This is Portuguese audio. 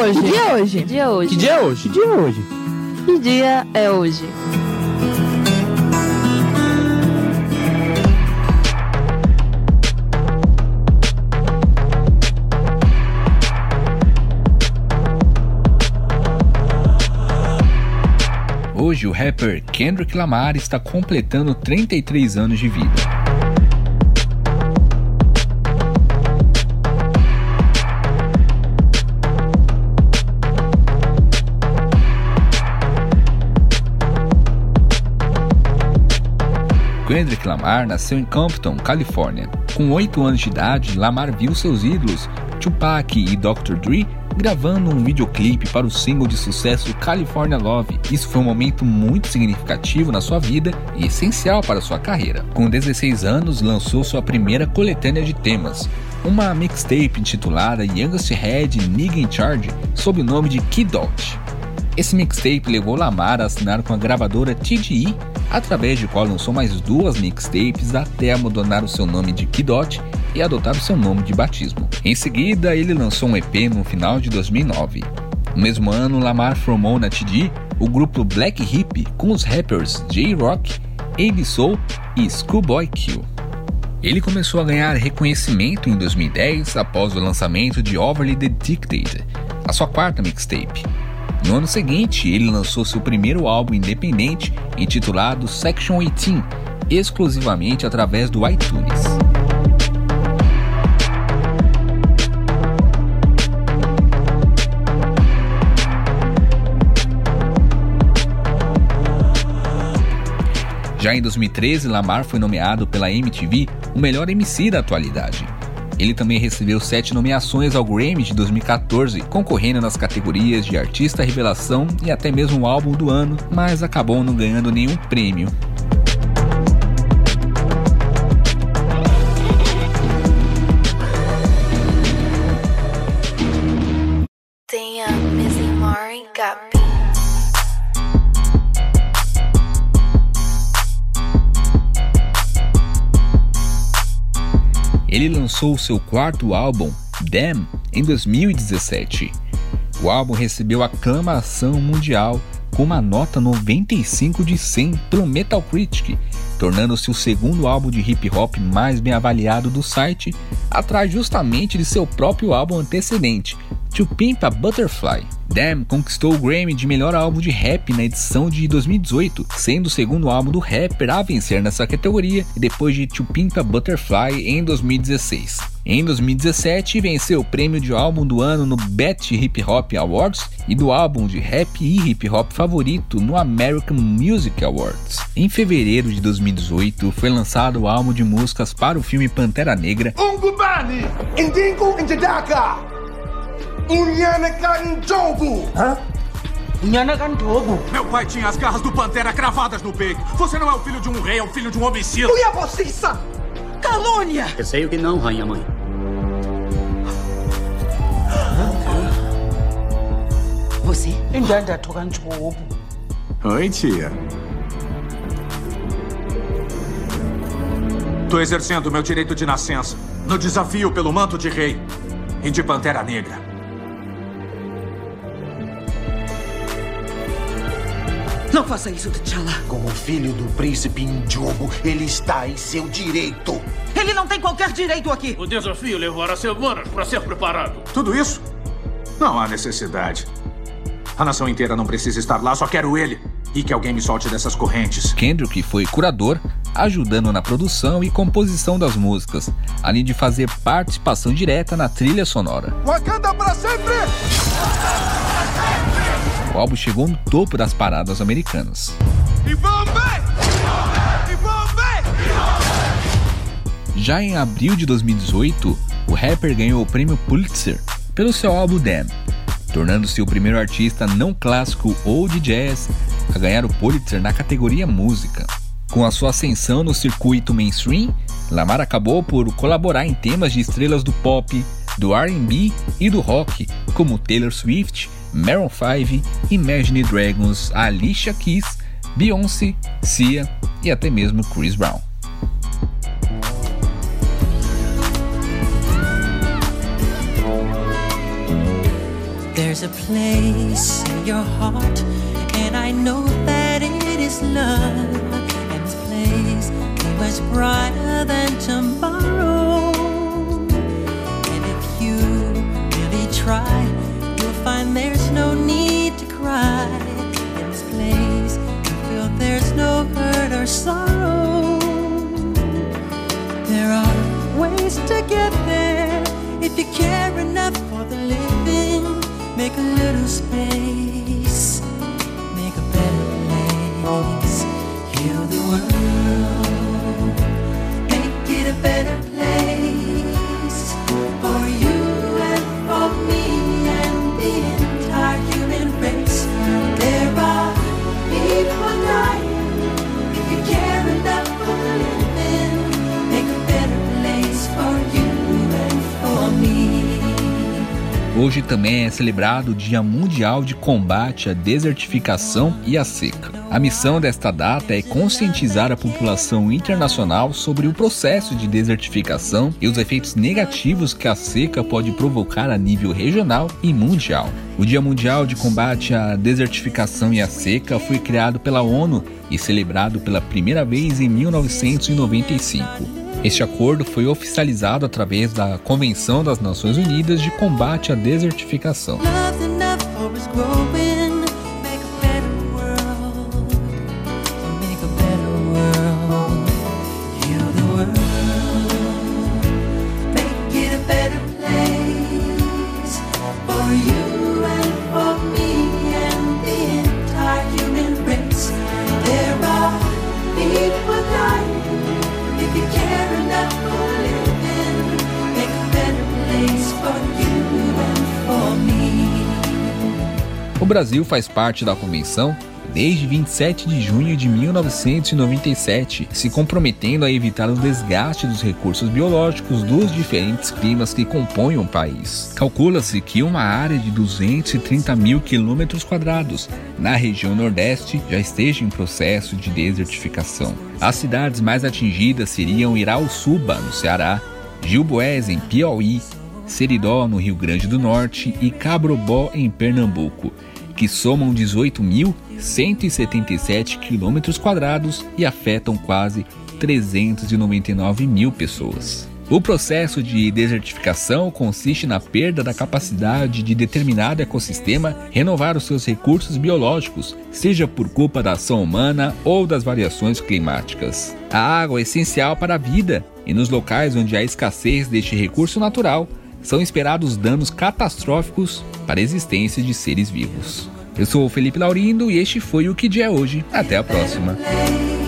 hoje? Que dia é hoje? Que dia é hoje? Que dia é hoje? Que dia é hoje? Que dia é hoje? Hoje o rapper Kendrick Lamar está completando 33 anos de vida. Kendrick Lamar nasceu em Compton, Califórnia. Com 8 anos de idade, Lamar viu seus ídolos, Tupac e Dr. Dre, gravando um videoclipe para o single de sucesso California Love. Isso foi um momento muito significativo na sua vida e essencial para sua carreira. Com 16 anos, lançou sua primeira coletânea de temas, uma mixtape intitulada Youngest Head Nigga in Charge, sob o nome de Kid Dot. Esse mixtape levou Lamar a assinar com a gravadora TDE, através de qual lançou mais 2 mixtapes até abandonar o seu nome de Kid Dot e adotar o seu nome de batismo. Em seguida, ele lançou um EP no final de 2009. No mesmo ano, Lamar formou na TDE o grupo Black Hip com os rappers J-Rock, Ab-Soul e Schoolboy Q. Ele começou a ganhar reconhecimento em 2010 após o lançamento de Overly Addicted, a sua 4ª mixtape. No ano seguinte, ele lançou seu primeiro álbum independente, intitulado Section 18, exclusivamente através do iTunes. Já em 2013, Lamar foi nomeado pela MTV o melhor MC da atualidade. Ele também recebeu 7 nomeações ao Grammy de 2014, concorrendo nas categorias de Artista Revelação e até mesmo o Álbum do Ano, mas acabou não ganhando nenhum prêmio. Ele lançou seu 4º álbum, Damn, em 2017. O álbum recebeu aclamação mundial com uma nota 95 de 100 pelo Metacritic, tornando-se o 2º álbum de hip hop mais bem avaliado do site, atrás justamente de seu próprio álbum antecedente, To Pimp a Butterfly. Damn conquistou o Grammy de melhor álbum de rap na edição de 2018, sendo o 2º álbum do rapper a vencer nessa categoria, depois de To Pimp a Butterfly em 2016. Em 2017, venceu o prêmio de álbum do ano no BET Hip Hop Awards e do álbum de rap e hip hop favorito no American Music Awards. Em fevereiro de 2018, foi lançado o álbum de músicas para o filme Pantera Negra. Ungubani, Indingo Indidaka. Unyanakan Jobu! Hã? Unyanakan Jobu? Meu pai tinha as garras do Pantera cravadas no peito. Você não é o filho de um rei, é o filho de um homicida. E é você, calúnia! Eu sei o que não, rainha mãe. Você? Indanda Tokan Jobu. Oi, tia. Tô exercendo meu direito de nascença no desafio pelo manto de rei e de Pantera Negra. Não faça isso, T'Challa. Como filho do príncipe N'Jobu, ele está em seu direito. Ele não tem qualquer direito aqui. O desafio levará semanas para ser preparado. Tudo isso? Não há necessidade. A nação inteira não precisa estar lá, só quero ele. E que alguém me solte dessas correntes. Kendrick foi curador, ajudando na produção e composição das músicas, além de fazer participação direta na trilha sonora. Wakanda para sempre! O álbum chegou no topo das paradas americanas. Já em abril de 2018, o rapper ganhou o prêmio Pulitzer pelo seu álbum Damn, tornando-se o primeiro artista não clássico ou de jazz a ganhar o Pulitzer na categoria música. Com a sua ascensão no circuito mainstream, Lamar acabou por colaborar em temas de estrelas do pop, do R&B e do rock, como Taylor Swift, Maroon 5, Imagine Dragons, Alicia Keys, Beyoncé, Sia e até mesmo Chris Brown. There's There's a place in your heart, and I know that it is love. And this place is much brighter than tomorrow. And if you really try, you'll find there's no need to cry. In this place, you feel there's no hurt or sorrow. There are ways to get there if you care enough for the living. Make a little space, make a better place. Heal the world, make it a better place for you and for me and the entire human race. There are people dying. If you care enough for the living, make a better place for you and for me. Hoje também é celebrado o Dia Mundial de Combate à Desertificação e à Seca. A missão desta data é conscientizar a população internacional sobre o processo de desertificação e os efeitos negativos que a seca pode provocar a nível regional e mundial. O Dia Mundial de Combate à Desertificação e à Seca foi criado pela ONU e celebrado pela primeira vez em 1995. Este acordo foi oficializado através da Convenção das Nações Unidas de Combate à Desertificação. O Brasil faz parte da convenção desde 27 de junho de 1997, se comprometendo a evitar o desgaste dos recursos biológicos dos diferentes climas que compõem o país. Calcula-se que uma área de 230 mil quilômetros quadrados na região Nordeste já esteja em processo de desertificação. As cidades mais atingidas seriam Irauçuba, no Ceará, Gilboés, em Piauí, Seridó, no Rio Grande do Norte e Cabrobó, em Pernambuco, que somam 18.177 quilômetros quadrados e afetam quase 399 mil pessoas. O processo de desertificação consiste na perda da capacidade de determinado ecossistema renovar os seus recursos biológicos, seja por culpa da ação humana ou das variações climáticas. A água é essencial para a vida, e nos locais onde há escassez deste recurso natural, são esperados danos catastróficos para a existência de seres vivos. Eu sou o Felipe Laurindo e este foi o Que Dia é Hoje. Até a próxima.